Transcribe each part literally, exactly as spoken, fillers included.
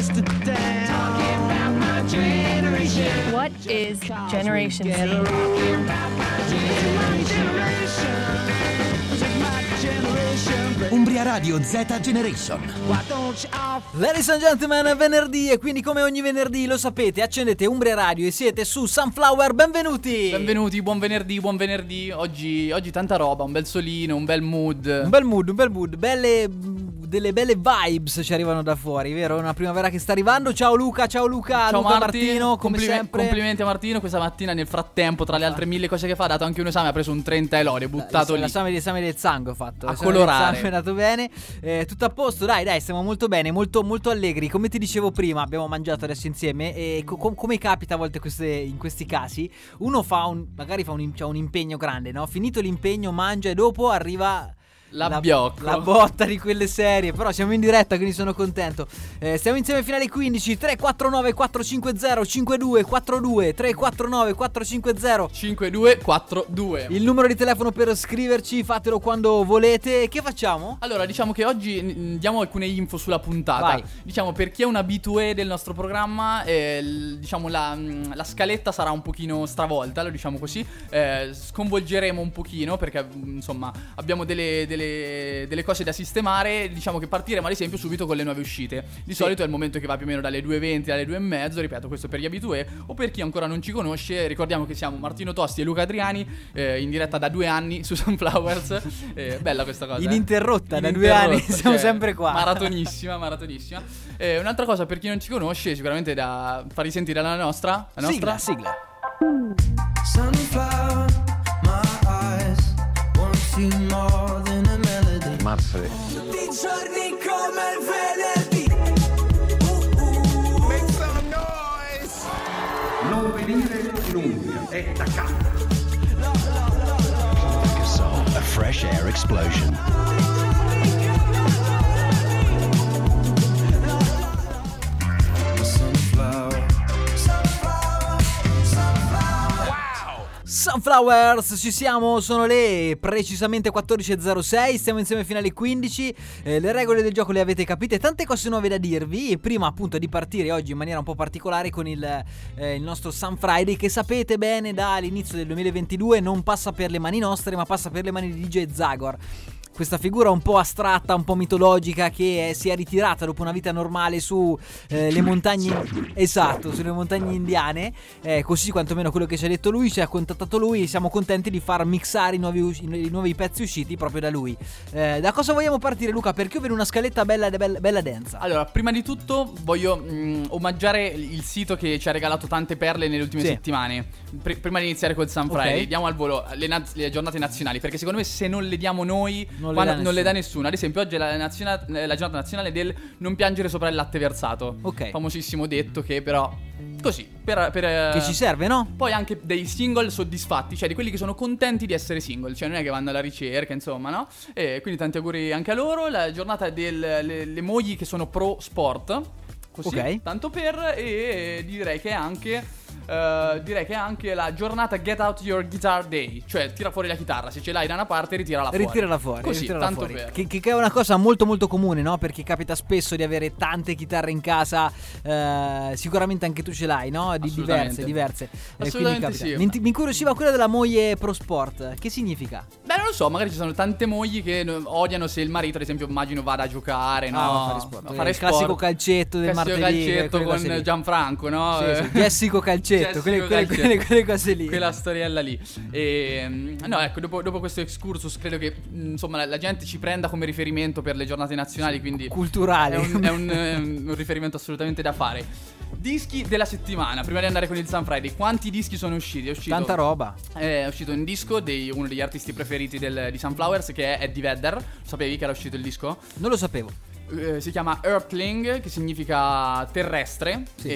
yesterday. Talking about my generation. What is Generation Z? Talking about my generation. Just my generation. Umbria Radio Z Generation. Why don't you all Ladies and gentlemen, è venerdì e quindi come ogni venerdì lo sapete, accendete Umbria Radio e siete su Sunflower, benvenuti! Benvenuti, buon venerdì, buon venerdì. Oggi, oggi tanta roba, un bel solino, un bel mood. Un bel mood, un bel mood, belle, delle belle vibes ci arrivano da fuori, vero? Una primavera che sta arrivando. Ciao Luca, ciao Luca, Ciao Luca Marti, Martino, come complime- sempre. Complimenti a Martino, questa mattina nel frattempo, tra le altre mille cose che fa, ha dato anche un esame, ha preso un trenta e lode, buttato lì. L'esame, l'esame del sangue ho fatto. A l'esame colorare. del sangue è andato bene, eh, tutto a posto, dai dai, stiamo molto bene, molto, molto allegri. Come ti dicevo prima, abbiamo mangiato adesso insieme e co- com- come capita a volte queste, in questi casi, uno fa un, magari fa un, c'ha un impegno grande, no? Finito l'impegno mangia e dopo arriva... L'abbiocco. La, la botta di quelle serie. Però siamo in diretta, quindi sono contento. eh, Stiamo insieme fino alle quindici. Tre quattro nove quattro cinque zero cinque due quattro due Tre quattro nove quattro cinque zero cinque due quattro due. il numero di telefono per scriverci. Fatelo quando volete. Che facciamo? Allora, diciamo che oggi mm, diamo alcune info sulla puntata. Vai. Diciamo, per chi è un abitué del nostro programma, eh, l- diciamo la, mm, la scaletta sarà un pochino stravolta, lo diciamo così. eh, Sconvolgeremo un pochino perché mm, insomma abbiamo delle, delle, delle cose da sistemare. Diciamo che partiremo ad esempio subito con le nuove uscite. Di solito è il momento che va più o meno dalle due e venti alle due e mezzo. Ripeto, questo per gli abitué. O per chi ancora non ci conosce, ricordiamo che siamo Martino Tosti e Luca Adriani, eh, in diretta da due anni su Sunflowers. eh, Bella questa cosa, eh. Ininterrotta, da due Ininterrotta, anni siamo cioè, sempre qua. Maratonissima, maratonissima. Eh, un'altra cosa per chi non ci conosce, sicuramente da far risentire la nostra, la nostra Sigla, sigla. Sunflower, my eyes want you more than a melody. Mazzare. Tutti i giorni come il venerdì. Uh, uh. Make some noise. Non venire in Umbria, è da casa. A fresh air explosion. Sunflower, sunflower, sunflower. Wow. Sunflowers, ci siamo, sono le precisamente quattordici e zero sei, stiamo insieme fino alle quindici. eh, Le regole del gioco le avete capite, tante cose nuove da dirvi. E prima appunto di partire oggi in maniera un po' particolare con il, eh, il nostro Sun Friday, che sapete bene dall'inizio del duemilaventidue non passa per le mani nostre ma passa per le mani di D J Zagor. Questa figura un po' astratta, un po' mitologica, che è, si è ritirata dopo una vita normale su eh, le montagne, esatto, sulle montagne indiane. eh, Così quantomeno quello che ci ha detto lui, ci ha contattato lui e siamo contenti di far mixare i nuovi, us- i nuovi pezzi usciti proprio da lui. eh, Da cosa vogliamo partire, Luca? Perché io vedo una scaletta bella, bella, bella densa. Allora, prima di tutto voglio mh, omaggiare il sito che ci ha regalato tante perle nelle ultime Sì. settimane. Pr- prima di iniziare col Sun Friday, Ok. diamo al volo le, naz- le giornate nazionali, perché secondo me se non le diamo noi Non le quando- dà non le dà nessuno. nessuno. Ad esempio oggi è la, naziona- eh, la giornata nazionale del non piangere sopra il latte versato. Ok. Famosissimo detto che però così per, per, eh, Che ci serve, no? Poi anche dei single soddisfatti, cioè di quelli che sono contenti di essere single, cioè non è che vanno alla ricerca, insomma, no? E quindi tanti auguri anche a loro. La giornata delle le, le mogli che sono pro sport, così, Ok. tanto per, e direi che è anche eh, direi che è anche la giornata Get Out Your Guitar Day, cioè tira fuori la chitarra, se ce l'hai da una parte ritirala fuori. Ritirala fuori, Così, ritirala tanto fuori. per. Che, che è una cosa molto molto comune, no? Perché capita spesso di avere tante chitarre in casa. eh, Sicuramente anche tu ce l'hai, no? Di Assolutamente. diverse, diverse. Eh, Assolutamente quindi capita. sì. Mi, mi incuriosiva quella della moglie pro sport. Che significa? Beh, non lo so, magari ci sono tante mogli che no- odiano se il marito, ad esempio, immagino vada a giocare, no? Ah, a fare sport. A fare Il classico sport. calcetto del Classico martedì, calcetto quelle cose con lì. Gianfranco, no? Sì, sì, Jessico calcetto, Jessico quelle, quelle, calcetto. quelle, quelle cose lì. Quella storiella lì. E, mm, no, ecco, dopo, dopo questo excursus credo che mm, insomma la, la gente ci prenda come riferimento per le giornate nazionali, quindi Culturale. è un, è un, è un riferimento assolutamente da fare. Dischi della settimana, prima di andare con il Sun Friday, quanti dischi sono usciti? È uscito, Tanta roba. È uscito un disco di uno degli artisti preferiti del- di Sunflowers, che è Eddie Vedder. Sapevi che era uscito il disco? Non lo sapevo. Eh, si chiama Earthling, che significa terrestre. Sì.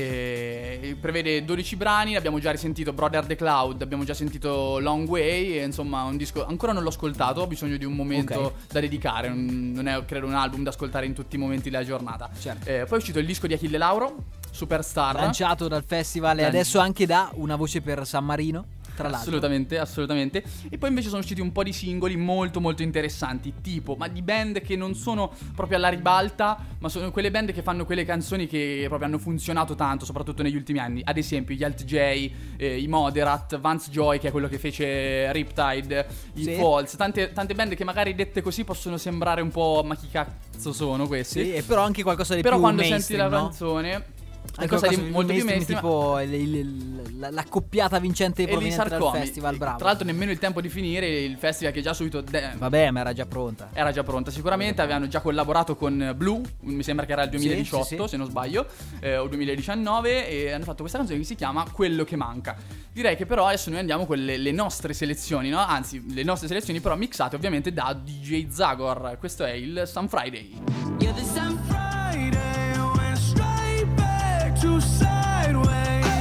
E prevede dodici brani. Abbiamo già risentito Brother the Cloud, abbiamo già sentito Long Way. E insomma, un disco ancora non l'ho ascoltato. Ho bisogno di un momento Ok. da dedicare. un- Non è, credo, un album da ascoltare in tutti i momenti della giornata. Certo. Eh, poi è uscito il disco di Achille Lauro, Superstar. Lanciato dal festival e Lan- adesso anche da Una voce per San Marino. tra l'altro. Assolutamente, assolutamente. E poi invece sono usciti un po' di singoli molto molto interessanti, tipo, ma di band che non sono proprio alla ribalta, ma sono quelle band che fanno quelle canzoni che proprio hanno funzionato tanto, soprattutto negli ultimi anni. Ad esempio gli Alt J, eh, i Moderat, Vance Joy, che è quello che fece Riptide, i Sì. Falls, tante, tante band che magari dette così possono sembrare un po' ma chi cazzo sono questi? Sì, e però anche qualcosa di Però più quando senti mainstream, la no? canzone è Anche cosa di qualcosa molto più mainstream, mainstream, tipo il- il- la- l'accoppiata vincente e lì proveniente dal Sarcomi. festival, bravo. Tra l'altro nemmeno il tempo di finire il festival, che già subito de- Vabbè, ma era già pronta. era già pronta sicuramente. Avevano già collaborato con Blue, mi sembra che era il duemiladiciotto, Sì, sì, sì. se non sbaglio, eh, o duemiladiciannove, e hanno fatto questa canzone che si chiama Quello che manca. Direi che però adesso noi andiamo con le, le nostre selezioni, no? Anzi, le nostre selezioni però mixate ovviamente da D J Zagor. Questo è il Sun Friday. Yeah, the Sun Friday went straight back to sideways.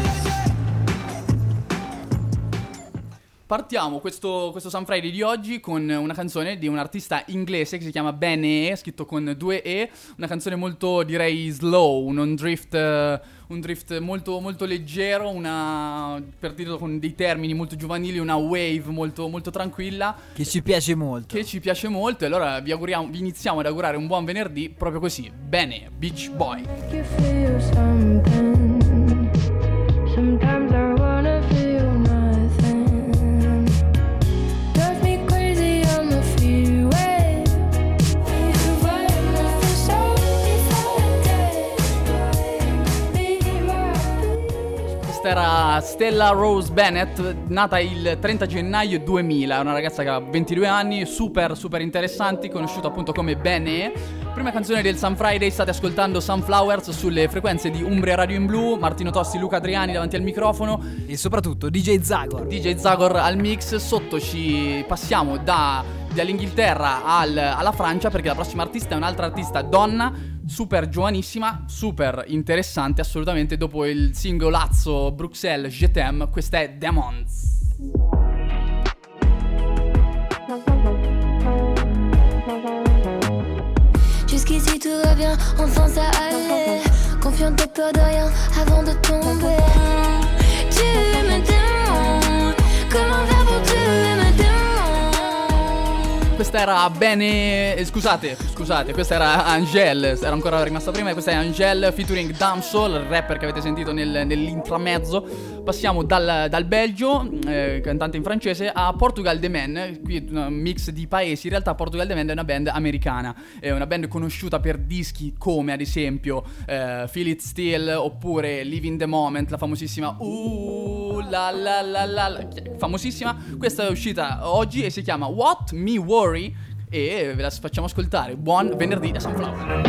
Partiamo questo, questo Sun Friday di oggi con una canzone di un artista inglese che si chiama Ben E, scritto con due E, una canzone molto, direi, slow, un, un drift, eh, un drift molto, molto leggero, una, per dirlo con dei termini molto giovanili, una wave molto, molto tranquilla, Che ci piace molto. che ci piace molto. E allora vi auguriamo, vi iniziamo ad augurare un buon venerdì proprio così. Ben E, Beach Boy. You feel something. Sometimes I wanna feel nothing. Drive me crazy on the freeway. If I am nothing, so if I'm dead, be my beach. Questa era Stella Rose Bennett, nata il trenta gennaio duemila, è una ragazza che ha ventidue anni, super super interessanti, conosciuta appunto come Ben E. Prima canzone del Sun Friday, state ascoltando Sunflowers sulle frequenze di Umbria Radio in Blu, Martino Tossi, Luca Adriani davanti al microfono, E soprattutto D J Zagor. D J Zagor al mix. Sotto ci passiamo da, dall'Inghilterra al, alla Francia, perché la prossima artista è un'altra artista donna, super giovanissima, super interessante assolutamente. Dopo il singolazzo Bruxelles Je t'aime, questa è Demons. Jusqu'ici tout va bien, enfin ça allait. Confiante, t'as peur de rien avant de tomber. Tu me demandes comment faire pour tu me demandes. Questa era bene. eh, Scusate, scusate, questa era Angèle. Era ancora rimasta prima. E questa è Angèle featuring Damsol, il rapper che avete sentito nel, nell'intramezzo. Passiamo dal, dal Belgio, eh, cantante in francese, a Portugal The Man. Qui è un mix di paesi. In realtà Portugal The Man è una band americana. È una band conosciuta per dischi come ad esempio eh, Feel It Still, oppure Live in the Moment, la famosissima Uh la la la la, la famosissima. Questa è uscita oggi e si chiama What Me Worry, e ve la facciamo ascoltare. Buon venerdì da Sunflower.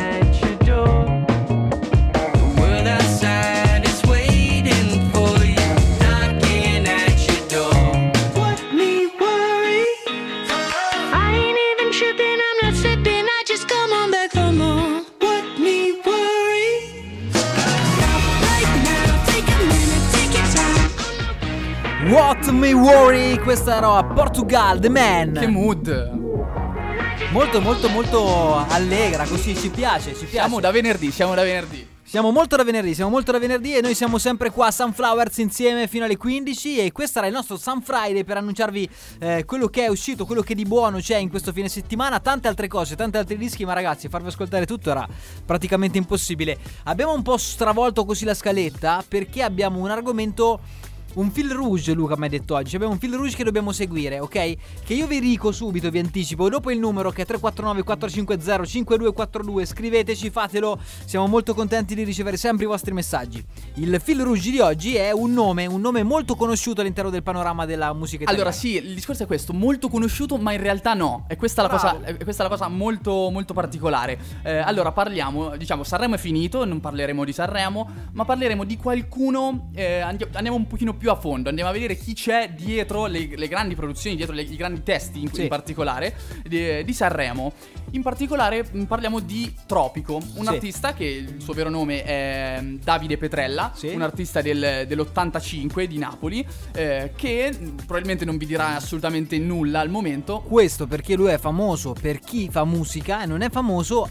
I ain't even tripping, I'm not slipping. I just come on back for more. What me worry? Stop right now, take a minute, take your time. What Me Worry. Questa era a Portugal The Man. Che mood! Molto molto molto allegra, così ci piace, ci piace. Siamo da venerdì, siamo da venerdì. Siamo molto da venerdì, siamo molto da venerdì e noi siamo sempre qua a Sunflowers insieme fino alle quindici, e questo era il nostro Sun Friday per annunciarvi eh, quello che è uscito, quello che di buono c'è in questo fine settimana, tante altre cose, tanti altri dischi, ma ragazzi, farvi ascoltare tutto era praticamente impossibile. Abbiamo un po' stravolto così la scaletta perché abbiamo un argomento, un fil rouge, Luca mi ha detto oggi. Abbiamo un fil rouge che dobbiamo seguire, ok? Che io vi dico subito, vi anticipo. Dopo il numero che è tre quattro nove quattro cinque zero cinque due quattro due, scriveteci, fatelo. Siamo molto contenti di ricevere sempre i vostri messaggi. Il fil rouge di oggi è un nome, un nome molto conosciuto all'interno del panorama della musica italiana. Allora sì, il discorso è questo, molto conosciuto ma in realtà no. E questa è la cosa, è questa è la cosa molto molto particolare. eh, Allora parliamo, diciamo, Sanremo è finito, non parleremo di Sanremo, ma parleremo di qualcuno, eh, andiamo, andiamo un pochino più a fondo, andiamo a vedere chi c'è dietro le, le grandi produzioni, dietro le, i grandi testi in, Sì. in particolare di, di Sanremo. In particolare mh, parliamo di Tropico, un Sì. artista che il suo vero nome è Davide Petrella, Sì. un artista del, dell'ottantacinque di Napoli, eh, che mh, probabilmente non vi dirà assolutamente nulla al momento. Questo perché lui è famoso per chi fa musica e non è famoso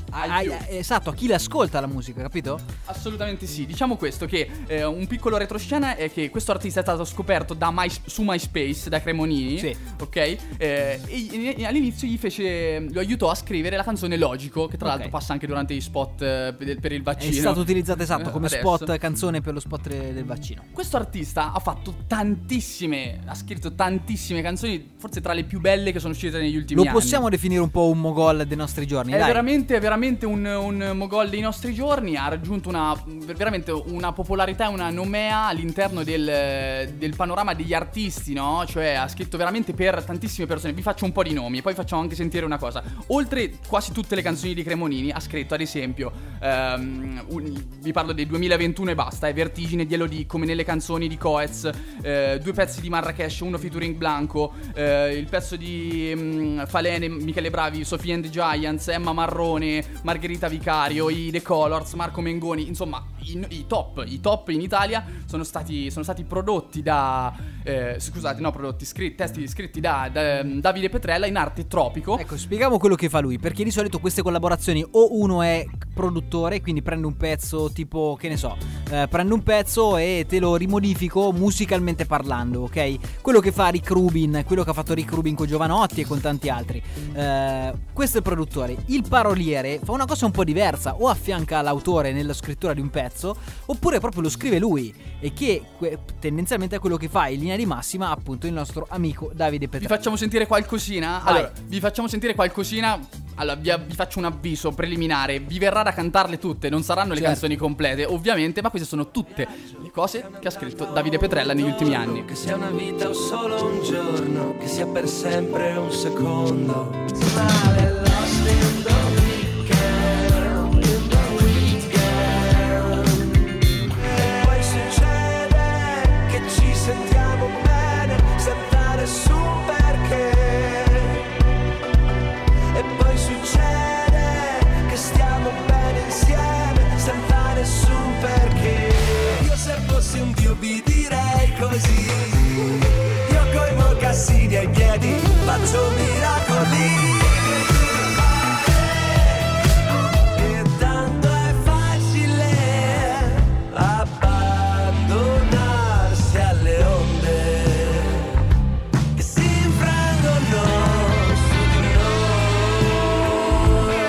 a- a- esatto, a chi le ascolta la musica, capito? Assolutamente sì. Diciamo questo, che eh, un piccolo retroscena è che questo artista è stato scoperto da My, su MySpace da Cremonini. Sì. Ok. Eh, e, e all'inizio gli fece, lo aiutò a scrivere la canzone Logico, che tra Ok. l'altro passa anche durante gli spot eh, per per il È vaccino. stato utilizzato esatto come Adesso. spot, canzone per lo spot del vaccino. Questo artista ha fatto tantissime, ha scritto tantissime canzoni, forse tra le più belle che sono uscite negli ultimi Lo anni. possiamo definire un po' un mogol dei nostri giorni, È dai. veramente, è veramente un, un mogol dei nostri giorni. Ha raggiunto una, veramente una popolarità e una nomea all'interno del, del panorama degli artisti, no? Cioè ha scritto veramente per tantissime persone. Vi faccio un po' di nomi e poi facciamo anche sentire una cosa. Oltre quasi tutte le canzoni di Cremonini, ha scritto ad esempio ehm, un- vi parlo del duemilaventuno e basta, è Vertigine di Elodie, Come nelle canzoni di Coez, eh, due pezzi di Marrakesh, uno featuring Blanco, eh, il pezzo di mm, Falene, Michele Bravi, Sofia and the Giants, Emma Marrone, Margherita Vicario, i The Colors, Marco Mengoni, insomma i, i top, i top in Italia sono stati, sono stati prodotti da, eh, scusate, no prodotti, scritti, testi scritti da, da mm, Davide Petrella in arte tropico. Ecco, spieghiamo quello che fa lui, perché di solito queste collaborazioni o uno è produttore, quindi prende un pezzo tipo, che ne so, eh, prendo un pezzo e te lo rimodifico musicalmente parlando, ok? Quello che fa Rick Rubin, quello che ha fatto Rick Rubin con Giovanotti e con tanti altri. Eh, questo è il produttore. Il paroliere fa una cosa un po' diversa, o affianca l'autore nella scrittura di un pezzo, oppure proprio lo scrive lui, e che que- tendenzialmente è quello che fa in linea di massima appunto il nostro amico Davide Vi Petrella. facciamo sentire qualcosina? Vai. Allora, vi facciamo sentire qualcosina. Allora, vi, vi faccio un avviso preliminare. Vi verrà da cantarle tutte, non saranno le Certo. canzoni complete, ovviamente, ma queste sono tutte le cose che ha scritto Davide Petrella negli ultimi anni. Che sia una vita o solo un giorno, che sia per sempre un secondo. Male lost in the weekend, in the weekend. E poi succede che ci sentiamo bene, senza nessun perché. E poi succede che stiamo bene insieme, senza nessun perché. Io se fossi un dio vi direi così. Io coi mocassini ai piedi faccio miracoli. E tanto è facile abbandonarsi alle onde che si infrangono su di noi.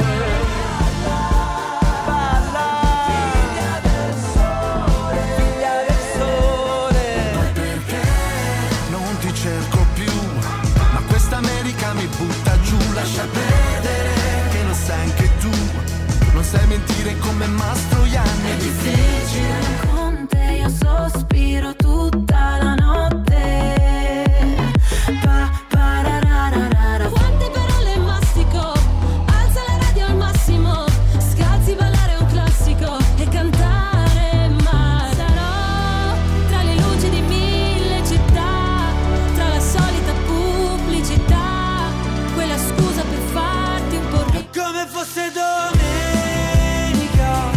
Balla, figlia del sole, figlia del sole. Perché non ti cerco più, ma questa America mi butta giù. Lascia perdere, che lo sai anche tu, non sai mentire come Mastroianni. È difficile con te, io sospiro tutta la notte. Pa, parararara. Quante parole mastico, alza la radio al massimo, scalzi ballare un classico e cantare mai. Sarò tra le luci di mille città, tra la solita pubblicità, quella scusa per farti un po' ri- Come fosse domenica,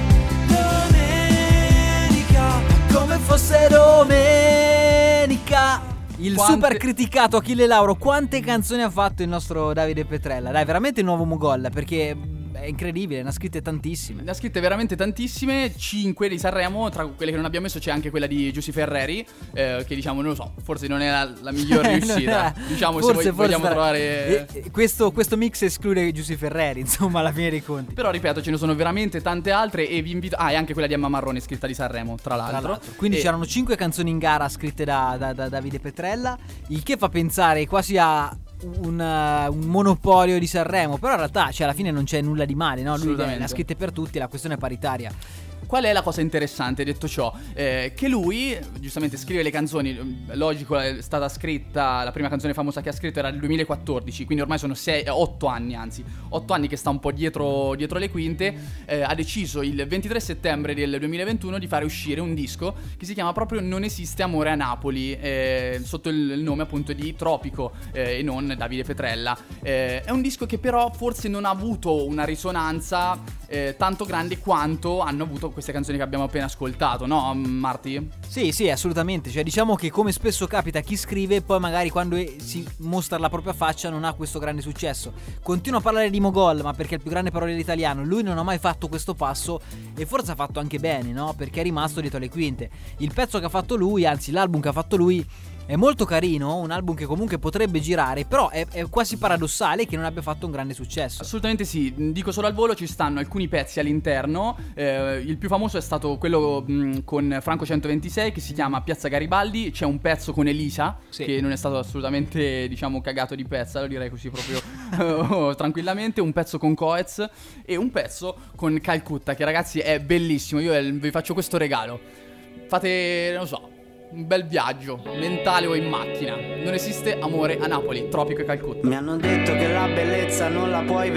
domenica, Come fosse domenica. Il Quante- super criticato Achille Lauro. Quante canzoni ha fatto il nostro Davide Petrella? Dai, veramente il nuovo mogol, perché è incredibile, ne ha scritte tantissime. Ne ha scritte veramente tantissime, cinque di Sanremo, tra quelle che non abbiamo messo c'è anche quella di Giussi Ferreri, eh, che diciamo, non lo so, forse non è la, la miglior riuscita. Diciamo, se vog- vogliamo sarà- trovare... Eh, eh, questo, questo mix esclude Giussi Ferreri, insomma, alla fine dei conti. Però ripeto, ce ne sono veramente tante altre e vi invito... Ah, e anche quella di Emma Marrone, scritta di Sanremo, tra l'altro. Tra l'altro. Quindi E- c'erano cinque canzoni in gara scritte da, da- da Davide Petrella, il che fa pensare quasi a un, uh, un monopolio di Sanremo. Però in realtà, cioè, alla fine non c'è nulla di male, no? Lui le, Assolutamente. le ha scritte per tutti, la questione è paritaria. Qual è la cosa interessante, detto ciò? Eh, che lui, giustamente, scrive le canzoni. Logico, è stata scritta, la prima canzone famosa che ha scritto era nel duemilaquattordici, quindi ormai sono otto anni, anzi otto anni che sta un po' dietro, dietro le quinte. eh, Ha deciso il ventitré settembre del duemilaventuno di fare uscire un disco che si chiama proprio Non esiste amore a Napoli, eh, sotto il, il nome appunto di Tropico, eh, e non Davide Petrella. Eh, è un disco che però forse non ha avuto una risonanza eh, tanto grande quanto hanno avuto queste canzoni che abbiamo appena ascoltato, no Marti? Sì, sì, assolutamente. Cioè, diciamo che come spesso capita a chi scrive, poi magari quando è- si mostra la propria faccia non ha questo grande successo. Continua a parlare di Mogol, ma perché è il più grande paroliere italiano. Lui non ha mai fatto questo passo e forse ha fatto anche bene, no? Perché è rimasto dietro le quinte. Il pezzo che ha fatto lui, anzi l'album che ha fatto lui, è molto carino, un album che comunque potrebbe girare, però è, è quasi paradossale che non abbia fatto un grande successo. Assolutamente sì, dico solo al volo, ci stanno alcuni pezzi all'interno, eh, il più famoso è stato quello mh, con Franco centoventisei che si chiama Piazza Garibaldi, c'è un pezzo con Elisa, Sì. che non è stato assolutamente, diciamo, cagato di pezza, lo direi così proprio oh, tranquillamente, un pezzo con Coez e un pezzo con Calcutta, che ragazzi è bellissimo, io eh, vi faccio questo regalo, fate, non lo so, un bel viaggio, mentale o in macchina. Non esiste amore a Napoli, Tropico e Calcutta. Mi hanno detto che la bellezza non la puoi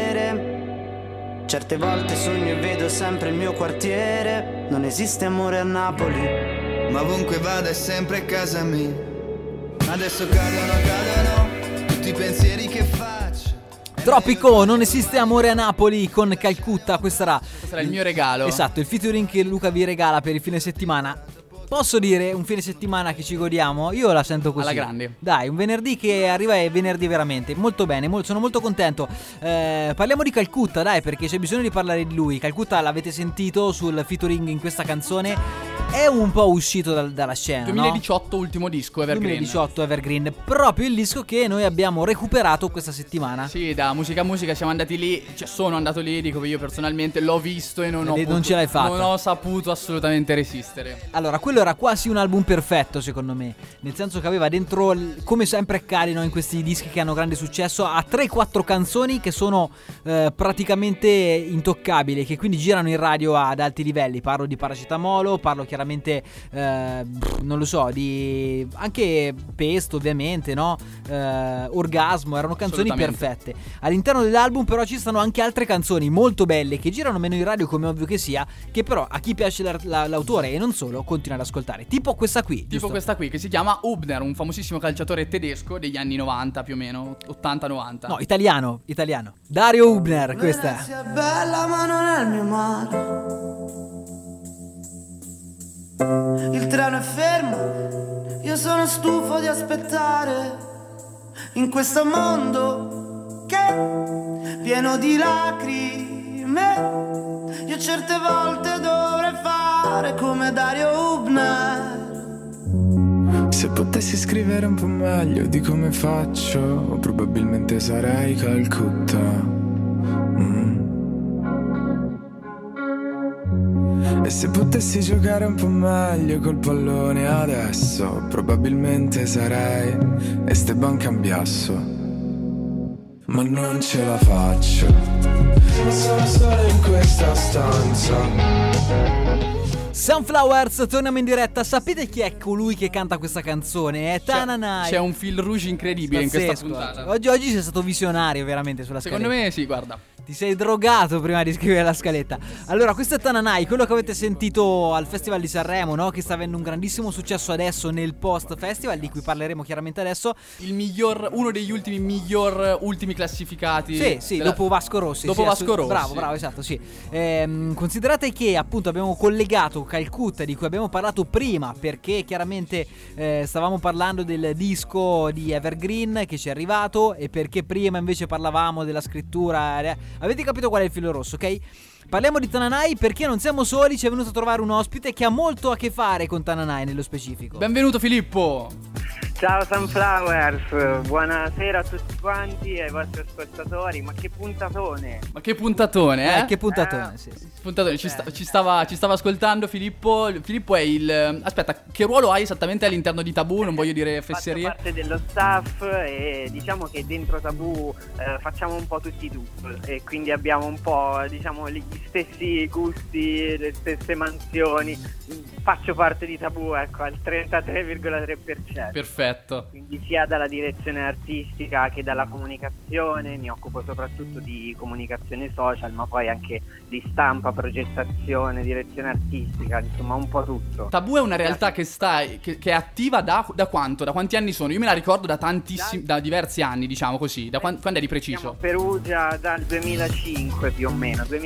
vedere. Certe volte sogno e vedo sempre il mio quartiere. Non esiste amore a Napoli. Ma ovunque vada è sempre casa mia. Adesso cadono, cadono tutti i pensieri che faccio. Tropico, non esiste amore a Napoli con Calcutta. Questo sarà, Questo sarà il mio regalo. Esatto, il featuring che Luca vi regala per il fine settimana. Posso dire un fine settimana che ci godiamo? Io la sento così. Alla grande. Dai, un venerdì che arriva è venerdì veramente. Molto bene, mol- sono molto contento. Eh, parliamo di Calcutta, dai, perché c'è bisogno di parlare di lui. Calcutta l'avete sentito sul featuring in questa canzone. È un po' uscito dal- dalla scena, no? duemiladiciotto, ultimo disco, Evergreen. duemiladiciotto Evergreen, proprio il disco che noi abbiamo recuperato questa settimana. Sì, da musica a musica siamo andati lì, cioè sono andato lì, dico io personalmente l'ho visto e non ho E non potuto- ce l'hai fatta. Non ho saputo assolutamente resistere. Allora, quello era quasi un album perfetto secondo me, nel senso che aveva dentro, l- come sempre accade, no, in questi dischi che hanno grande successo, ha tre quattro canzoni che sono eh, praticamente intoccabili, che quindi girano in radio ad alti livelli. Parlo di Paracetamolo, parlo chiaramente eh, non lo so, di anche Pesto ovviamente, no? Eh, Orgasmo, erano canzoni Assolutamente. perfette. All'interno dell'album però ci stanno anche altre canzoni molto belle che girano meno in radio, come ovvio che sia, che però a chi piace la- la- l'autore e non solo continua ad ascoltare. Tipo questa qui, Tipo giusto? questa qui che si chiama Hubner, un famosissimo calciatore tedesco degli anni novanta più o meno, ottanta novanta. No, italiano, italiano. Dario Hubner, questa. Venezia è bella ma non è il mio mare. Il treno è fermo, io sono stufo di aspettare. In questo mondo che pieno di lacrime, io certe volte dovrei fare come Dario Hubner. Se potessi scrivere un po' meglio di come faccio, probabilmente sarei Calcutta. Mm. E se potessi giocare un po' meglio col pallone adesso, probabilmente sarei Esteban Cambiasso. Ma non ce la faccio, sono solo in questa stanza. Sunflowers, torniamo in diretta. Sapete chi è colui che canta questa canzone? È Tananai. C'è un fil rouge incredibile in questa Pazzesco. puntata. Oggi, oggi sei stato visionario veramente sulla Secondo scaletta. me sì, guarda. Ti sei drogato prima di scrivere la scaletta. Allora, questo è Tananai, quello che avete sentito al Festival di Sanremo, no? Che sta avendo un grandissimo successo adesso nel post festival, di cui parleremo chiaramente adesso. Il miglior, uno degli ultimi miglior ultimi classificati. Sì, sì, della- dopo Vasco Rossi. Dopo sì, Vasco assolut- Rossi. Bravo, bravo, esatto, sì. Ehm, considerate che appunto abbiamo collegato Calcutta, di cui abbiamo parlato prima, perché chiaramente eh, stavamo parlando del disco di Evergreen che ci è arrivato, e perché prima invece parlavamo della scrittura. eh, Avete capito qual è il filo rosso, ok? Parliamo di Tananai perché non siamo soli, ci è venuto a trovare un ospite che ha molto a che fare con Tananai nello specifico. Benvenuto Filippo. Ciao Sunflowers, buonasera a tutti quanti e ai vostri ascoltatori. Ma che puntatone! Ma che puntatone, eh? Eh, che puntatone, sì, sì. Puntatone, ci, sta- ci stava, ci stava ascoltando Filippo. Filippo è il... Aspetta, che ruolo hai esattamente all'interno di Tabù? Non voglio dire fesserie. Faccio parte dello staff e diciamo che dentro Tabù eh, facciamo un po' tutti i dub e quindi abbiamo un po', diciamo, gli stessi gusti, le stesse mansioni. Faccio parte di Tabù, ecco, al trentatré virgola tre per cento. Perfetto. Quindi sia dalla direzione artistica che dalla comunicazione, mi occupo soprattutto di comunicazione social, ma poi anche di stampa, progettazione, direzione artistica, insomma un po' tutto. Tabù è una realtà che sta che, che è attiva da, da quanto? Da quanti anni sono? Io me la ricordo da tantissimi, da diversi anni, diciamo così. Da quan- quando eri preciso? Siamo a Perugia dal duemilacinque più o meno,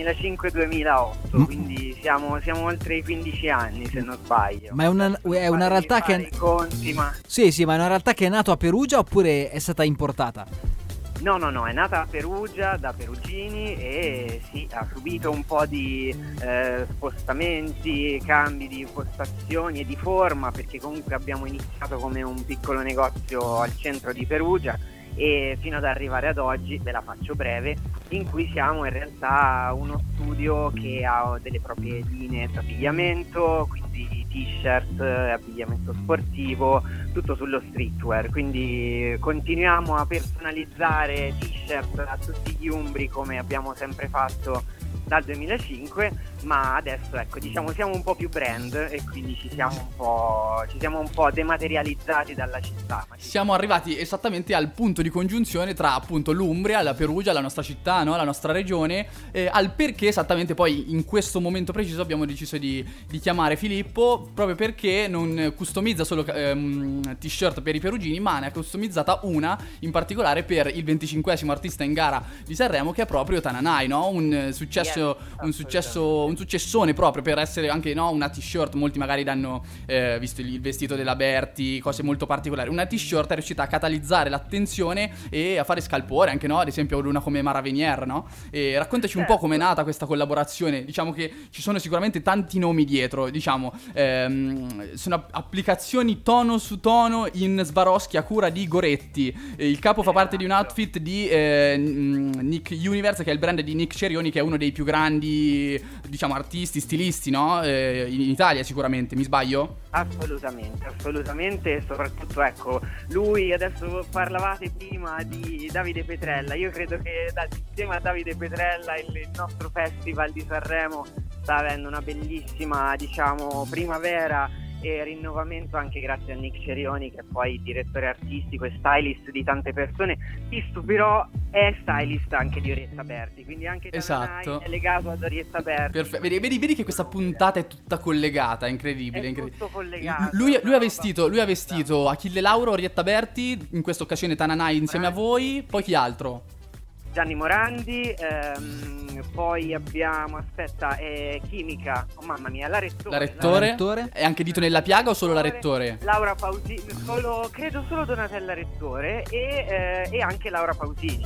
duemilacinque-duemilaotto, Mm. quindi siamo, siamo oltre i quindici anni se non sbaglio. Ma è una, è una realtà che... I conti, ma... Sì, sì, ma è una realtà che è nata a Perugia oppure è stata importata? No, no, no, è nata a Perugia, da perugini, e sì, ha subito un po' di eh, spostamenti, cambi di postazioni e di forma, perché comunque abbiamo iniziato come un piccolo negozio al centro di Perugia e fino ad arrivare ad oggi, ve la faccio breve, in cui siamo in realtà uno studio che ha delle proprie linee di abbigliamento, quindi t-shirt, abbigliamento sportivo, tutto sullo streetwear, quindi continuiamo a personalizzare t-shirt a tutti gli umbri come abbiamo sempre fatto dal duemilacinque, ma adesso ecco, diciamo siamo un po' più brand e quindi ci siamo un po', ci siamo un po' dematerializzati dalla città. Ma ci Siamo arrivati esattamente al punto di congiunzione tra appunto l'Umbria, la Perugia, la nostra città, no? La nostra regione, eh, al perché esattamente poi in questo momento preciso abbiamo deciso di, di chiamare Filippo, proprio perché non customizza solo ehm, t-shirt per i perugini, ma ne ha customizzata una in particolare per il venticinquesimo artista in gara di Sanremo, che è proprio Tananai, no? Un eh, successo, un successo, un successone proprio per essere anche, no, una t-shirt. Molti magari danno eh, visto il vestito della Berti, cose molto particolari. Una t-shirt è riuscita a catalizzare l'attenzione e a fare scalpore anche, no? Ad esempio una come Mara Venier, no? E raccontaci un po' com'è nata questa collaborazione. Diciamo che ci sono sicuramente tanti nomi dietro, diciamo ehm, sono applicazioni tono su tono in Swarovski a cura di Goretti. E il capo fa parte di un outfit di eh, Nick Universe, che è il brand di Nick Cerioni, che è uno dei più grandi, diciamo, artisti, stilisti, no? Eh, in Italia sicuramente, mi sbaglio? Assolutamente, assolutamente, e soprattutto ecco, lui, adesso parlavate prima di Davide Petrella, io credo che da, insieme a Davide Petrella il, il nostro festival di Sanremo sta avendo una bellissima, diciamo, primavera e rinnovamento, anche grazie a Nick Cerioni, che è poi il direttore artistico e stylist di tante persone. Ti stupirò, è stylist anche di Orietta Berti, quindi anche Tananai Esatto. è legato ad Orietta Berti. Perfetto. Vedi, vedi, vedi che questa puntata è tutta collegata, è incredibile. È incredibile. tutto collegato. Lui, lui ha vestito, lui ha vestito Achille Lauro, Orietta Berti, in questa occasione Tananai insieme a voi, poi chi altro? Gianni Morandi, ehm, poi abbiamo, aspetta, eh, Chimica, oh mamma mia, la Rettore. La Rettore? La Rettore? È anche Dito nella piaga o solo la Rettore? Laura Pausini, solo, credo solo Donatella Rettore e, eh, e anche Laura Pausini,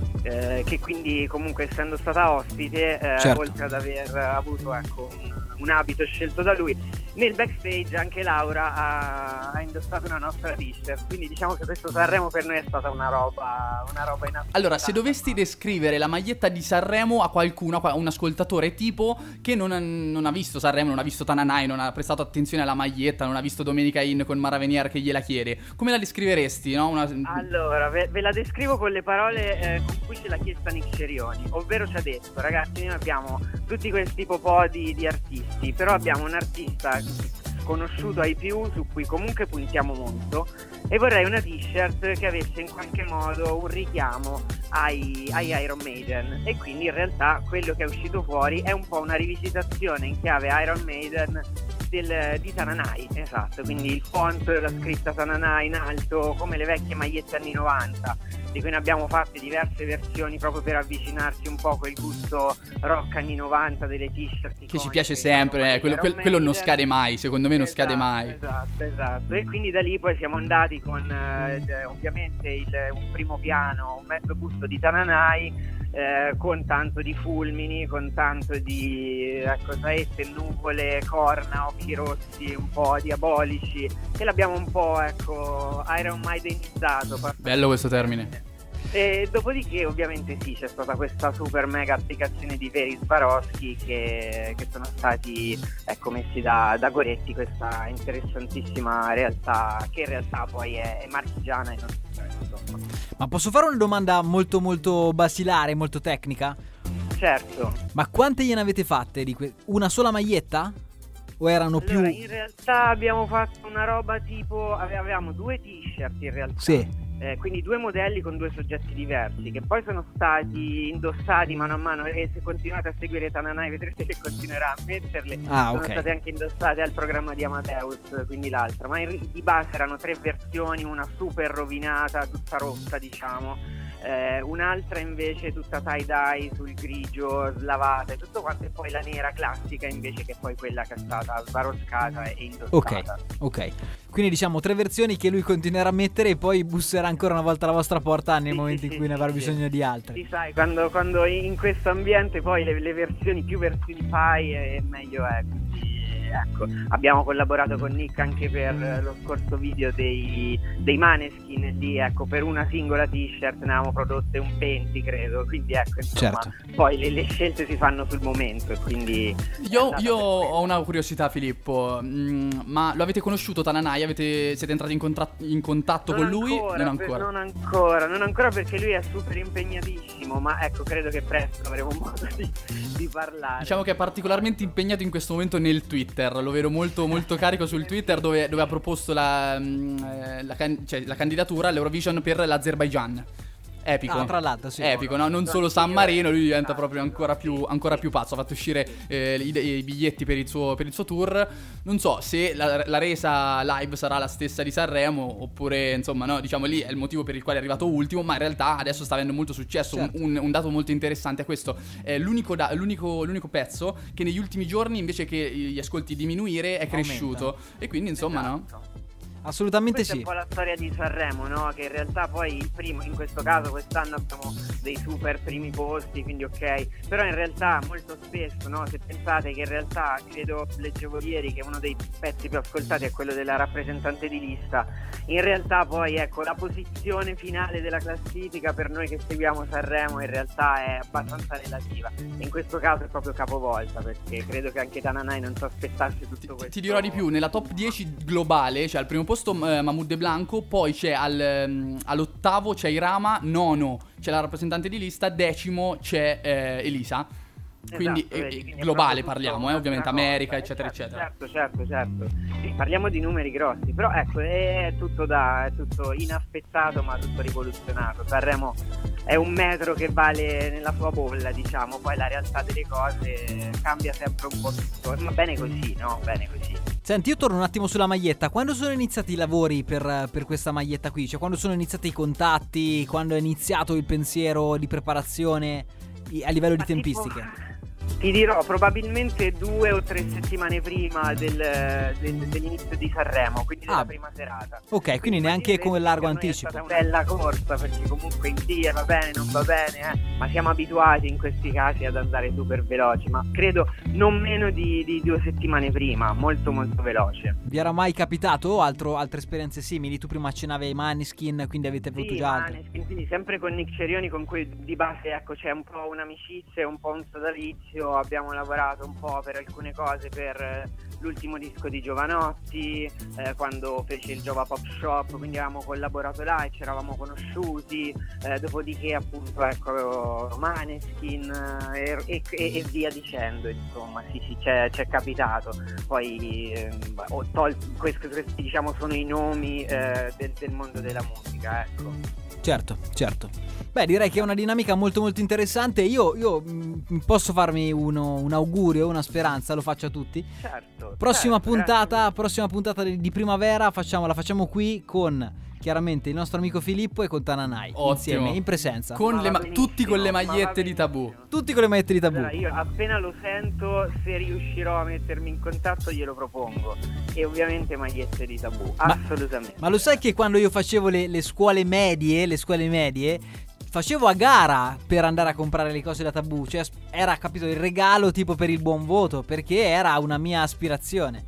eh, che quindi comunque essendo stata ospite, eh, Certo. oltre ad aver avuto ecco un, un abito scelto da lui, nel backstage anche Laura ha, ha indossato una nostra t-shirt, quindi diciamo che questo Sanremo per noi è stata una roba, una roba inaspettata. Allora, se dovessi descrivere la maglietta di Sanremo a qualcuno, a un ascoltatore tipo che non ha, non ha visto Sanremo, non ha visto Tananai, non ha prestato attenzione alla maglietta, non ha visto Domenica In con Mara Venier che gliela chiede, come la descriveresti, no? Una... Allora, ve, ve la descrivo con le parole eh, con cui ce l'ha chiesta Nick Cerioni, ovvero ci ha detto: ragazzi, noi abbiamo tutti questi popò di, di artisti, però abbiamo un artista sconosciuto ai più, su cui comunque puntiamo molto, e vorrei una t-shirt che avesse in qualche modo un richiamo ai, ai Iron Maiden, e quindi in realtà quello che è uscito fuori è un po' una rivisitazione in chiave Iron Maiden del, di Tananai, esatto, quindi il font, la scritta Tananai in alto, come le vecchie magliette anni novanta, di cui ne abbiamo fatte diverse versioni proprio per avvicinarsi un po' a quel gusto rock anni novanta delle t-shirt che ci piace sempre, eh, quello, quel- quello non scade mai, secondo me non Esatto, scade mai. Esatto, esatto. E quindi da lì poi siamo andati con eh, ovviamente il, un primo piano, un mezzo busto di Tananai, eh, con tanto di fulmini, con tanto di ecco, saette, nuvole, corna, occhi rossi, un po' diabolici, e l'abbiamo un po' ecco Iron Maidenizzato. Bello questo termine. E dopodiché ovviamente sì, c'è stata questa super mega applicazione di veri Swarovski che, che sono stati ecco messi da, da Goretti, questa interessantissima realtà che in realtà poi è, è marchigiana e non insomma. Ma posso fare una domanda molto molto basilare, molto tecnica? Certo. Ma quante gliene avete fatte di que- una sola maglietta? O erano Allora, più? in realtà abbiamo fatto una roba tipo, ave- avevamo due t-shirt in realtà. Sì. Eh, quindi due modelli con due soggetti diversi, che poi sono stati indossati mano a mano, e se continuate a seguire Tananai vedrete che continuerà a metterle. Ah, sono ok. state anche indossate al programma di Amadeus, quindi l'altra, ma in, di base erano tre versioni, una super rovinata, tutta rossa diciamo, eh, un'altra invece tutta tie-dye sul grigio, slavata e tutto quanto, e poi la nera classica invece, che è poi quella che è stata sbaroscata e indossata. Ok, ok. Quindi diciamo tre versioni che lui continuerà a mettere e poi busserà ancora una volta alla vostra porta nei Sì, momenti sì, in cui sì, ne avrà sì, bisogno sì. di altri. Sì, sai, quando, quando in questo ambiente poi le, le versioni, più versioni fai e meglio è. Quindi ecco, abbiamo collaborato con Nick anche per lo scorso video dei, dei Maneskin, lì ecco, per una singola t-shirt ne avevamo prodotte un venti credo, quindi ecco, insomma, Certo. poi le, le scelte si fanno sul momento e quindi... Io, io ho una curiosità, Filippo, mm, ma lo avete conosciuto Tananai? Avete, siete entrati in, contra- in contatto Non con lui? ancora, non per- ancora. non ancora, non ancora perché lui è super impegnatissimo, ma ecco, credo che presto avremo modo di, di parlare. Diciamo che è particolarmente impegnato in questo momento nel Twitter. Lo vedo molto molto carico sul Twitter, dove, dove ha proposto la, mm, eh, la, can- cioè, la candidatura all'Eurovision per l'Azerbaigian. Epico. Ah, tra l'altro, sì. Epico, no? Non solo San Marino, lui diventa proprio ancora più, ancora più pazzo. Ha fatto uscire eh, i, i biglietti per il, suo, per il suo tour. Non so se la, la resa live sarà la stessa di Sanremo, oppure insomma, no, diciamo lì è il motivo per il quale è arrivato ultimo. Ma in realtà adesso sta avendo molto successo. Certo. Un, un, un dato molto interessante è questo: è l'unico, da, l'unico, l'unico pezzo che negli ultimi giorni, invece che gli ascolti diminuire, è cresciuto. Aumenta. E quindi insomma, Esatto. no? Assolutamente Questa sì. è un po' la storia di Sanremo, no? Che in realtà poi il primo, in questo caso quest'anno abbiamo dei super primi posti, quindi ok. Però in realtà molto spesso, no? Se pensate che in realtà, credo, leggevo ieri che uno dei pezzi più ascoltati è quello della rappresentante di lista, in realtà poi ecco, la posizione finale della classifica per noi che seguiamo Sanremo in realtà è abbastanza relativa. E in questo caso è proprio capovolta, perché credo che anche Tananai non si aspettasse tutto questo. Ti dirò di più, nella top dieci globale, cioè al primo posto eh, Mahmood De Blanco, poi c'è al, ehm, all'ottavo c'è Irama, nono c'è la rappresentante di lista, decimo c'è eh, Elisa. Quindi, Esatto, eh, vedi, quindi è globale proprio parliamo, tutto eh, ovviamente un'altra America, cosa. eccetera, certo, eccetera. Certo, certo, certo. Sì, parliamo di numeri grossi, però ecco, è tutto da, è tutto inaspettato, ma tutto rivoluzionato. Sanremo è un metro che vale nella sua bolla, diciamo, poi la realtà delle cose cambia sempre un po' tutto. Ma bene così, no? Bene così. Senti, io torno un attimo sulla maglietta. Quando sono iniziati i lavori per, per questa maglietta qui? Cioè, quando sono iniziati i contatti? Quando è iniziato il pensiero di preparazione i- a livello di Ma tipo- tempistiche? Ti dirò probabilmente due o tre settimane prima del, del- dell'inizio di Sanremo, quindi della Ah. prima serata. Ok, quindi neanche con largo anticipo. È stata una bella corsa, perché comunque in teoria va bene, non va bene, eh, ma siamo abituati in questi casi ad andare super veloci, ma credo non meno di, di due settimane prima, molto molto veloce. Vi era mai capitato altro, altre esperienze simili? Tu prima accennavi ai Maneskin, quindi avete avuto Sì, già altre. Maneskin, quindi sempre con Nick Cerioni, con cui di base ecco c'è un po' un'amicizia, un po' un sodalizio. Abbiamo lavorato un po' per alcune cose per eh, l'ultimo disco di Giovanotti, eh, quando fece il Giova Pop Shop, quindi avevamo collaborato là e ci eravamo conosciuti, eh, dopodiché appunto ecco Maneskin eh, e, e, e via dicendo, insomma sì sì c'è, c'è capitato. Poi eh, ho tolto, questi, questi diciamo sono i nomi eh, del, del mondo della musica, ecco. Certo, certo. Beh, direi che è una dinamica molto molto interessante. Io, io mh, posso farmi uno, un augurio, una speranza, lo faccio a tutti. Certo. Prossima certo, puntata, grazie. prossima puntata di, di primavera, facciamo, la facciamo qui con chiaramente il nostro amico Filippo e con Tananai. Ottimo. Insieme, in presenza. Con Ma le va ma- tutti con le benissimo, ma va magliette di Tabù. benissimo. Tutti con le magliette di Tabù. Allora, io appena lo sento, se riuscirò a mettermi in contatto glielo propongo. E ovviamente magliette di Tabù, Ma- assolutamente. Ma lo sai che quando io facevo le, le scuole medie, le scuole medie, facevo a gara per andare a comprare le cose da Tabù. Cioè era, capito, il regalo tipo per il buon voto, perché era una mia aspirazione.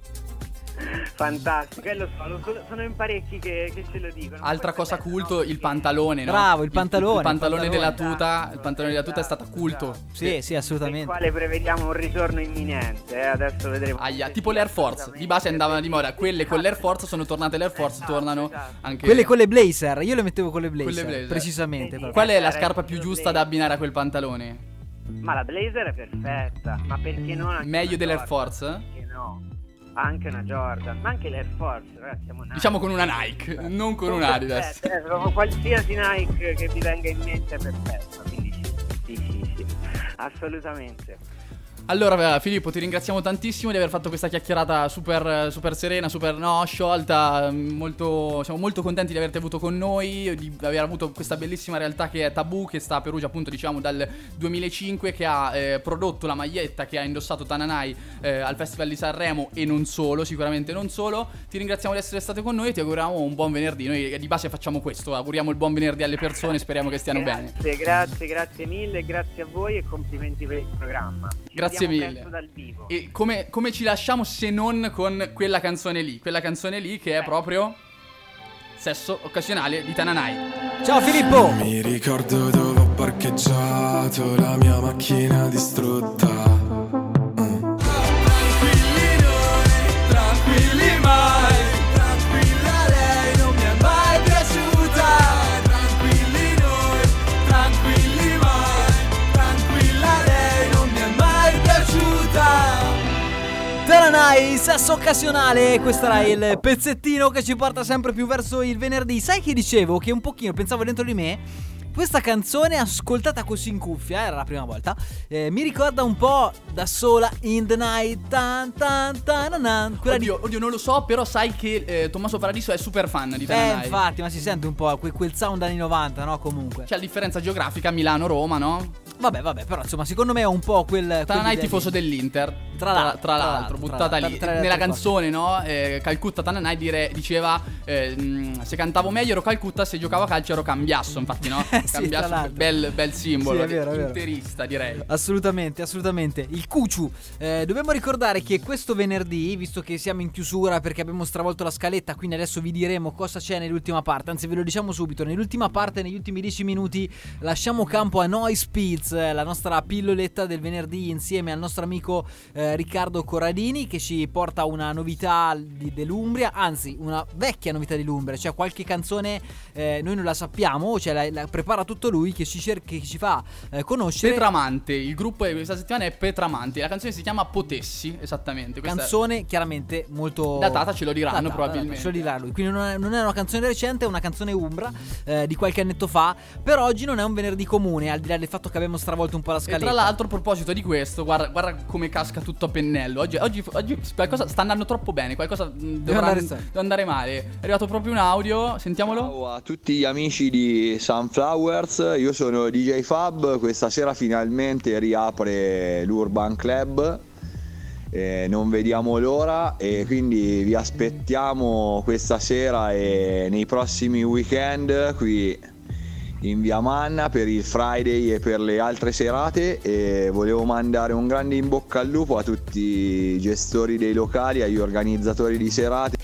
Fantastico, e lo so, lo so, sono in parecchi che, che ce lo dicono. Altra Poi, cosa vabbè, culto, no, il perché- pantalone, no? Bravo, il pantalone, Il, pantalone il della pantalone. tuta, il pantalone della tuta è Esatto, stato culto. esatto. Sì, sì, Del assolutamente. quale prevediamo un ritorno imminente, eh, adesso vedremo. Aia, tipo l'Air Force, di base andavano di moda. Quelle con l'Air Force sono tornate l'Air Force, Esatto, tornano esatto. anche Quelle con le blazer, io le mettevo con le blazer, Quelle blazer. precisamente. Vedi? proprio. Qual è la Era scarpa il più blazer. giusta da abbinare a quel pantalone? Ma la blazer è perfetta, ma perché non anche Meglio una dell'Air Jordan? Force? Perché no? Anche una Jordan, ma anche l'Air Force, ragazzi, siamo Nike. Diciamo con una Nike, non con un Adidas. Perfetto, eh, proprio qualsiasi Nike che vi venga in mente è perfetta, quindi sì, sì, sì, sì, assolutamente. Allora Filippo, ti ringraziamo tantissimo di aver fatto questa chiacchierata super, super serena, super no, sciolta. Molto, siamo molto contenti di averti avuto con noi, di aver avuto questa bellissima realtà che è Tabù, che sta a Perugia appunto diciamo dal duemilacinque, che ha eh, prodotto la maglietta che ha indossato Tananai eh, al Festival di Sanremo e non solo, sicuramente non solo. Ti ringraziamo di essere state con noi e ti auguriamo un buon venerdì. Noi di base facciamo questo, auguriamo il buon venerdì alle persone, speriamo che stiano grazie, bene. Grazie, grazie mille, grazie a voi e complimenti per il programma. Ci Grazie vediamo mille. presto dal vivo. E come, come ci lasciamo se non con quella canzone lì? Quella canzone lì che è proprio Sesso Occasionale di Tananai. Ciao Filippo! Mi ricordo dove ho parcheggiato la mia macchina distrutta. Mm. Tranquilli noi, tranquilli mai. Tranquilla lei non mi è mai piaciuta. Tranquilli noi, tranquilli mai. Tranquilla lei non mi è mai piaciuta. Tananai, Sesso Occasionale, questo era il pezzettino che ci porta sempre più verso il venerdì. Sai che dicevo? Che un pochino pensavo dentro di me, questa canzone ascoltata così in cuffia, era la prima volta, eh, mi ricorda un po' Da sola in the night, tan tan tan. Quella Oddio, di... oddio, non lo so, però sai che eh, Tommaso Paradiso è super fan di Tananai. Eh, infatti, ma si sente un po' quel, quel sound anni novanta, no? Comunque. C'è la differenza geografica Milano-Roma, no? Vabbè, vabbè, però insomma, secondo me è un po' quel... Tananai tifoso dell'Inter. Tra l'altro, tra, tra l'altro, tra buttata l'altro, lì. tra le Nella altre canzone, no? Eh, Calcutta Tananai dire, diceva eh, mh, se cantavo meglio ero Calcutta, se giocavo a calcio ero Cambiasso, infatti, no? Sì, tra Cambiasso, l'altro. bel, bel simbolo, Sì, è vero, è vero. interista, direi. Assolutamente, assolutamente. Il Cuciu. Eh, dobbiamo ricordare che questo venerdì, visto che siamo in chiusura perché abbiamo stravolto la scaletta, quindi adesso vi diremo cosa c'è nell'ultima parte. Anzi, ve lo diciamo subito. Nell'ultima parte, negli ultimi dieci minuti, lasciamo campo a Noise Pills, eh, la nostra pilloletta del venerdì, insieme al nostro amico eh, Riccardo Corradini, che ci porta una novità di, dell'Umbria, anzi una vecchia novità dell'Umbria, cioè qualche canzone eh, noi non la sappiamo, cioè la, la prepara tutto lui, che ci, cerca, che ci fa eh, conoscere. Petramante, il gruppo di questa settimana è Petramante, la canzone si chiama Potessi, esattamente. Questa Canzone è... chiaramente molto datata, ce lo diranno datata, probabilmente. Ce lo dirà lui. Quindi non è, non è una canzone recente, è una canzone Umbra eh, di qualche annetto fa. Per oggi non è un venerdì comune, al di là del fatto che abbiamo stravolto un po' la E scaletta. tra l'altro, a proposito di questo, guarda, guarda come casca tutto a pennello. Oggi, oggi, oggi qualcosa sta andando troppo bene, qualcosa mh, dovrà andare deve sempre. andare male. È arrivato proprio un audio, sentiamolo. Ciao a tutti gli amici di Sunflowers, io sono D J Fab, questa sera finalmente riapre l'Urban Club, eh, non vediamo l'ora e quindi vi aspettiamo questa sera e nei prossimi weekend qui in via Manna per il Friday e per le altre serate, e volevo mandare un grande in bocca al lupo a tutti i gestori dei locali, agli organizzatori di serate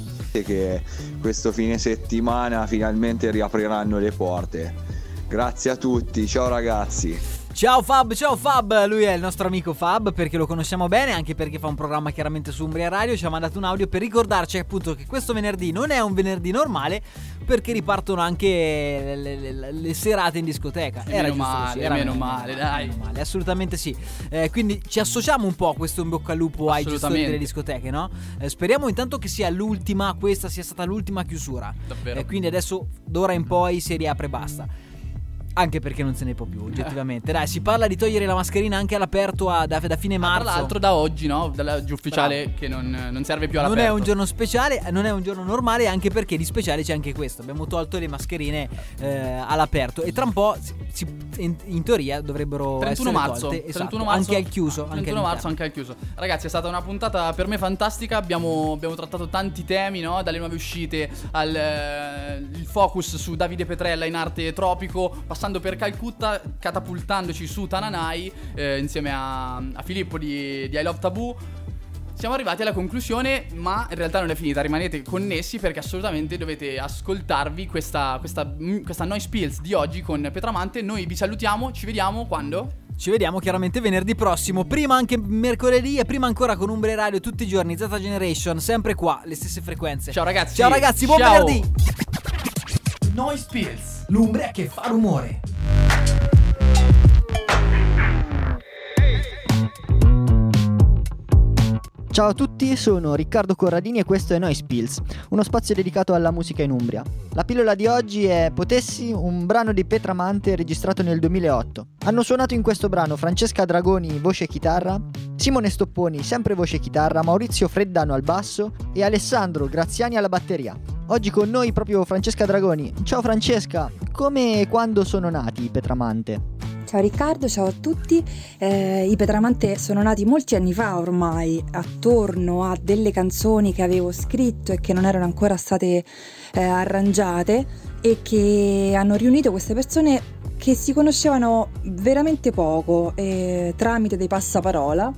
che questo fine settimana finalmente riapriranno le porte. Grazie a tutti, ciao ragazzi. Ciao Fab, ciao Fab, lui è il nostro amico Fab perché lo conosciamo bene, anche perché fa un programma chiaramente su Umbria Radio. Ci ha mandato un audio per ricordarci appunto che questo venerdì non è un venerdì normale, perché ripartono anche le, le, le, le serate in discoteca. E Era meno giusto male, così, era meno male, dai. meno male, assolutamente sì. Eh, quindi ci associamo un po' a questo in bocca al lupo ai gestori Assolutamente. delle discoteche, no? Eh, speriamo intanto che sia l'ultima, questa sia stata l'ultima chiusura. Davvero. E quindi adesso d'ora in poi si riapre e basta. Anche perché non se ne può più, oggettivamente. Dai, si parla di togliere la mascherina anche all'aperto a, da, da fine marzo. Tra l'altro da oggi, no? Dalla legge ufficiale. Bravo. Che non, non serve più all'aperto. Non è un giorno speciale, non è un giorno normale, anche perché di speciale c'è anche questo. Abbiamo tolto le mascherine eh, all'aperto e tra un po' si, si, in, in teoria dovrebbero trentuno essere marzo, tolte. Esatto, trentuno marzo, anche al chiuso, anche trentuno marzo anche al chiuso. Ragazzi, è stata una puntata per me fantastica. Abbiamo, abbiamo trattato tanti temi, no? Dalle nuove uscite al eh, il focus su Davide Petrella in arte tropico, passando per Calcutta, catapultandoci su Tananai eh, insieme a, a Filippo di, di I Love Tabù. Siamo arrivati alla conclusione, ma in realtà non è finita. Rimanete connessi perché assolutamente dovete ascoltarvi questa, questa, questa Noise Pills di oggi con Petramante. Noi vi salutiamo, ci vediamo quando? Ci vediamo chiaramente venerdì prossimo, prima anche mercoledì e prima ancora con Umbria Radio tutti i giorni, Z Generation, sempre qua, le stesse frequenze. Ciao ragazzi. Ciao ragazzi, buon Ciao. venerdì. Noise Pills, l'Umbria che fa rumore. Ciao a tutti, sono Riccardo Corradini e questo è Noise Pills, uno spazio dedicato alla musica in Umbria. La pillola di oggi è Potessi, un brano di Petramante registrato nel duemilaotto. Hanno suonato in questo brano Francesca Dragoni, voce e chitarra, Simone Stopponi, sempre voce e chitarra, Maurizio Freddano al basso e Alessandro Graziani alla batteria. Oggi con noi proprio Francesca Dragoni. Ciao Francesca, come e quando sono nati i Petramante? Ciao Riccardo, ciao a tutti. Eh, I Petramante sono nati molti anni fa ormai, attorno a delle canzoni che avevo scritto e che non erano ancora state eh, arrangiate e che hanno riunito queste persone che si conoscevano veramente poco eh, tramite dei passaparola.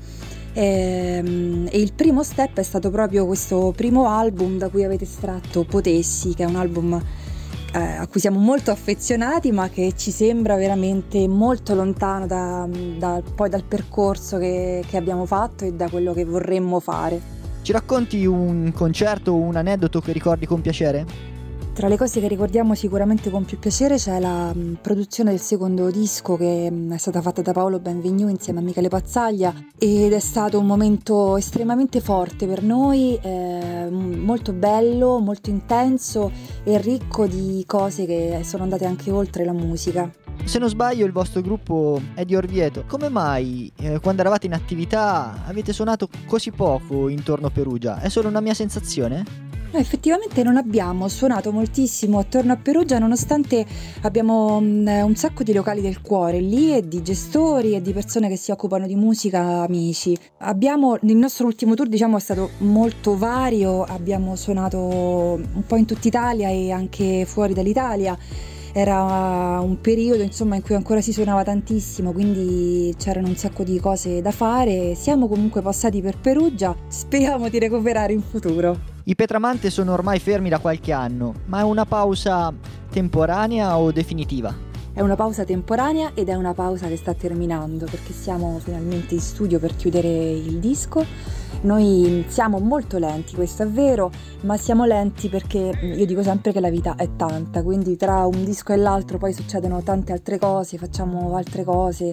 E, e il primo step è stato proprio questo primo album da cui avete estratto Potessi, che è un album eh, a cui siamo molto affezionati, ma che ci sembra veramente molto lontano da, da, poi dal percorso che, che abbiamo fatto e da quello che vorremmo fare. Ci racconti un concerto o un aneddoto che ricordi con piacere? Tra le cose che ricordiamo sicuramente con più piacere c'è la mh, produzione del secondo disco che mh, è stata fatta da Paolo Benvenu insieme a Michele Pazzaglia ed è stato un momento estremamente forte per noi, eh, molto bello, molto intenso e ricco di cose che sono andate anche oltre la musica. Se non sbaglio il vostro gruppo è di Orvieto. Come mai eh, quando eravate in attività avete suonato così poco intorno a Perugia? È solo una mia sensazione? No, effettivamente non abbiamo suonato moltissimo attorno a Perugia, nonostante abbiamo um, un sacco di locali del cuore lì e di gestori e di persone che si occupano di musica, amici. Abbiamo, il nostro ultimo tour diciamo è stato molto vario, abbiamo suonato un po' in tutta Italia e anche fuori dall'Italia. Era un periodo insomma in cui ancora si suonava tantissimo, quindi c'erano un sacco di cose da fare. Siamo comunque passati per Perugia, speriamo di recuperare in futuro. I Petramante sono ormai fermi da qualche anno, ma è una pausa temporanea o definitiva? È una pausa temporanea ed è una pausa che sta terminando, perché siamo finalmente in studio per chiudere il disco. Noi siamo molto lenti, questo è vero, ma siamo lenti perché io dico sempre che la vita è tanta, quindi tra un disco e l'altro poi succedono tante altre cose, facciamo altre cose.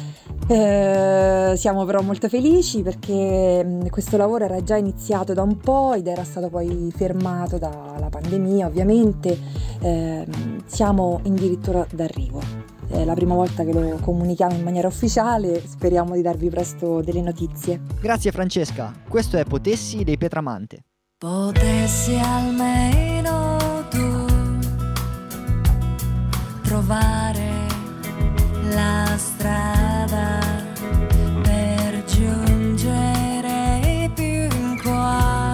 Eh, siamo però molto felici perché questo lavoro era già iniziato da un po' ed era stato poi fermato dalla pandemia ovviamente. Eh, siamo addirittura d'arrivo, è la prima volta che lo comunichiamo in maniera ufficiale, speriamo di darvi presto delle notizie. Grazie Francesca, questo è Potessi dei Petramante. Potessi almeno tu trovare la strada per giungere più in qua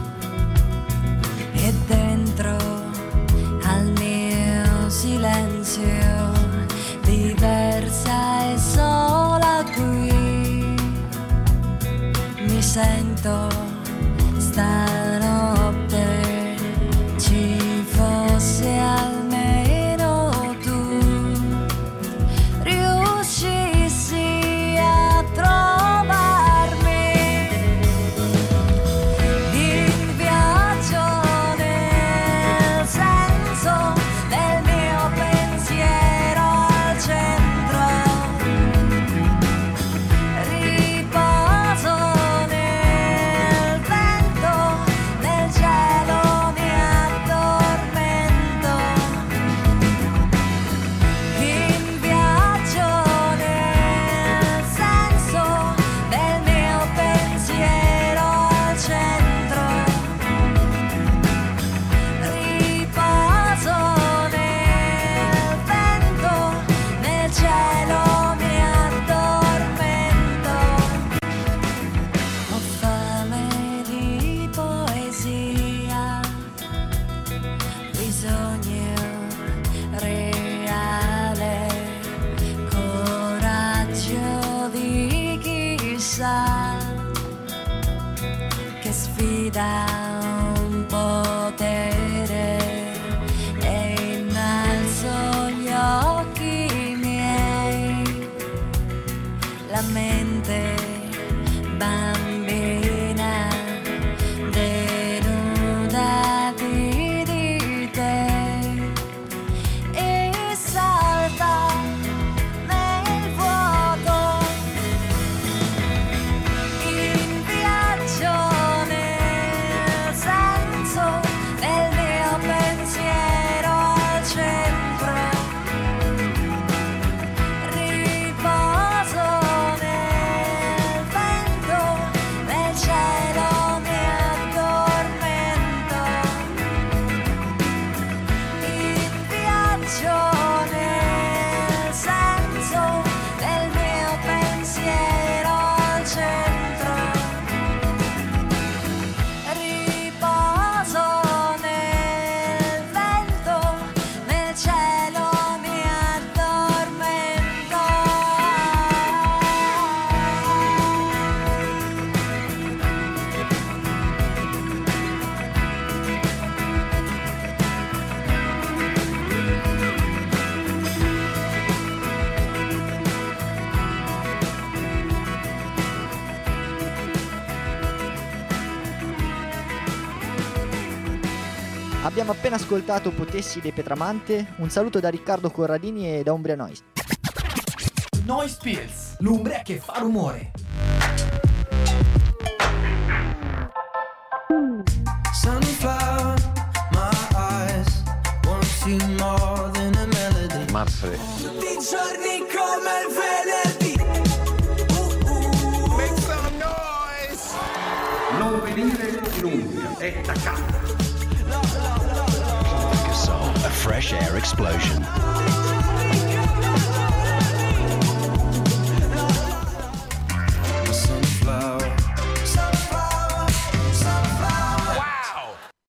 e dentro al mio silenzio diversa e sola qui mi sento stanotte ci fosse almeno tu riuscissi a trovarmi in viaggio nel senso del mio pensiero al centro riposo nel Abbiamo appena ascoltato Potessi dei Petramante, un saluto da Riccardo Corradini e da Umbria Noise. Noise Pills, l'Umbria che fa rumore. Sunflower, my eyes won't see more than a melody. Marfre. Tutti i giorni come il venerdì. Uh, uh. Make some noise. Non venire in Umbria, è da casa. Like a soul, a fresh air explosion.